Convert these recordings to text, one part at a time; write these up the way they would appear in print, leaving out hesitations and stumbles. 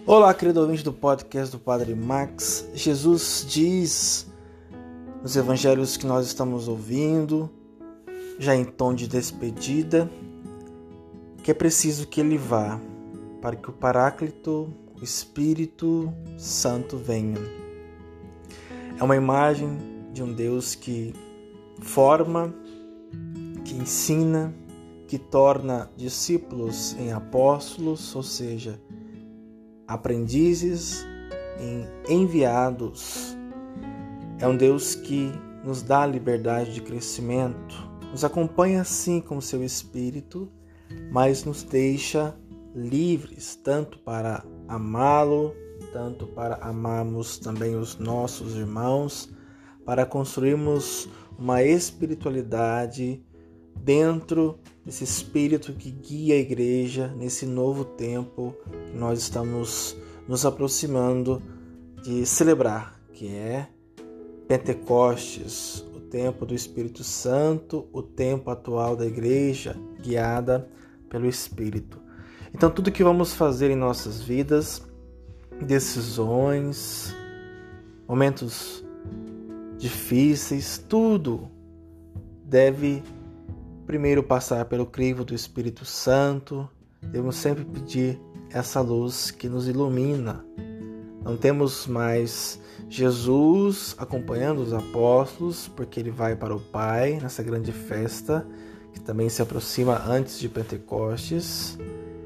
Olá, querido ouvinte do podcast do Padre Max. Jesus diz nos evangelhos que nós estamos ouvindo, já em tom de despedida, que é preciso que ele vá para que o Paráclito, o Espírito Santo venha. É uma imagem de um Deus que forma, que ensina, que torna discípulos em apóstolos, ou seja, aprendizes em enviados. É um Deus que nos dá liberdade de crescimento, nos acompanha sim com o seu Espírito, mas nos deixa livres, tanto para amá-lo, tanto para amarmos também os nossos irmãos, para construirmos uma espiritualidade dentro desse Espírito que guia a igreja nesse novo tempo que nós estamos nos aproximando de celebrar, que é Pentecostes, o tempo do Espírito Santo, o tempo atual da igreja guiada pelo Espírito. Então tudo que vamos fazer em nossas vidas, decisões, momentos difíceis, tudo deve primeiro passar pelo crivo do Espírito Santo. Devemos sempre pedir essa luz que nos ilumina. Não temos mais Jesus acompanhando os apóstolos, porque ele vai para o Pai nessa grande festa, que também se aproxima antes de Pentecostes,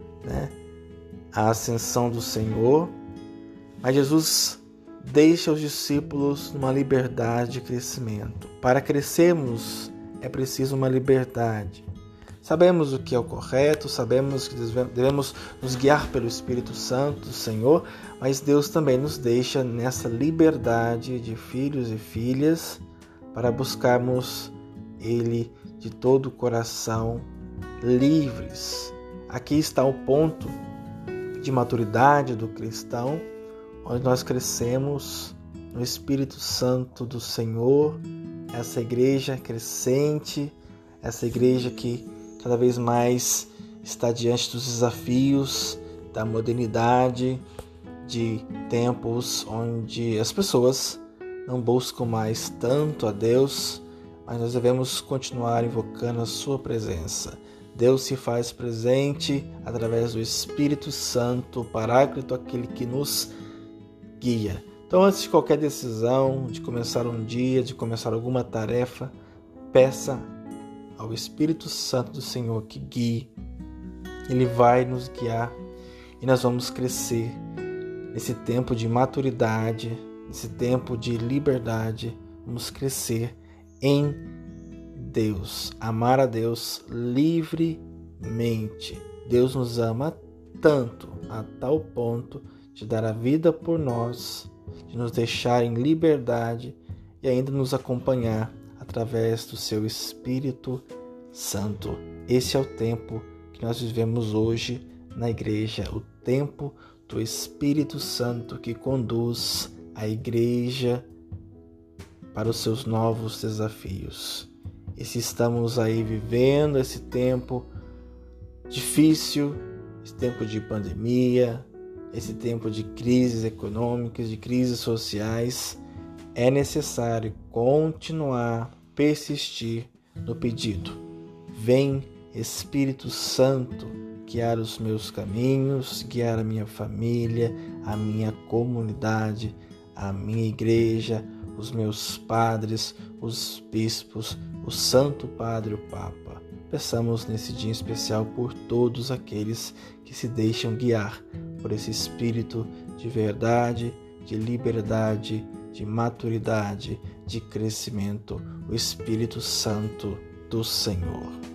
a ascensão do Senhor. Mas Jesus deixa os discípulos numa liberdade de crescimento. Para crescermos, é preciso uma liberdade. Sabemos o que é o correto, sabemos que devemos nos guiar pelo Espírito Santo do Senhor, mas Deus também nos deixa nessa liberdade de filhos e filhas para buscarmos Ele de todo o coração, livres. Aqui está o ponto de maturidade do cristão, onde nós crescemos no Espírito Santo do Senhor, essa igreja crescente, essa igreja que cada vez mais está diante dos desafios da modernidade, de tempos onde as pessoas não buscam mais tanto a Deus, mas nós devemos continuar invocando a sua presença. Deus se faz presente através do Espírito Santo, o Paráclito, aquele que nos guia. Então, antes de qualquer decisão, de começar um dia, de começar alguma tarefa, peça ao Espírito Santo do Senhor que guie. Ele vai nos guiar e nós vamos crescer nesse tempo de maturidade, nesse tempo de liberdade. Vamos crescer em Deus, amar a Deus livremente. Deus nos ama tanto, a tal ponto de dar a vida por nós, de nos deixar em liberdade e ainda nos acompanhar através do seu Espírito Santo. Esse é o tempo que nós vivemos hoje na igreja, o tempo do Espírito Santo que conduz a igreja para os seus novos desafios. E se estamos aí vivendo esse tempo difícil, esse tempo de pandemia, esse tempo de crises econômicas, de crises sociais, é necessário continuar, persistir no pedido. Vem, Espírito Santo, guiar os meus caminhos, guiar a minha família, a minha comunidade, a minha igreja, os meus padres, os bispos, o Santo Padre, o Papa. Peçamos nesse dia especial por todos aqueles que se deixam guiar por esse Espírito de verdade, de liberdade, de maturidade, de crescimento, o Espírito Santo do Senhor.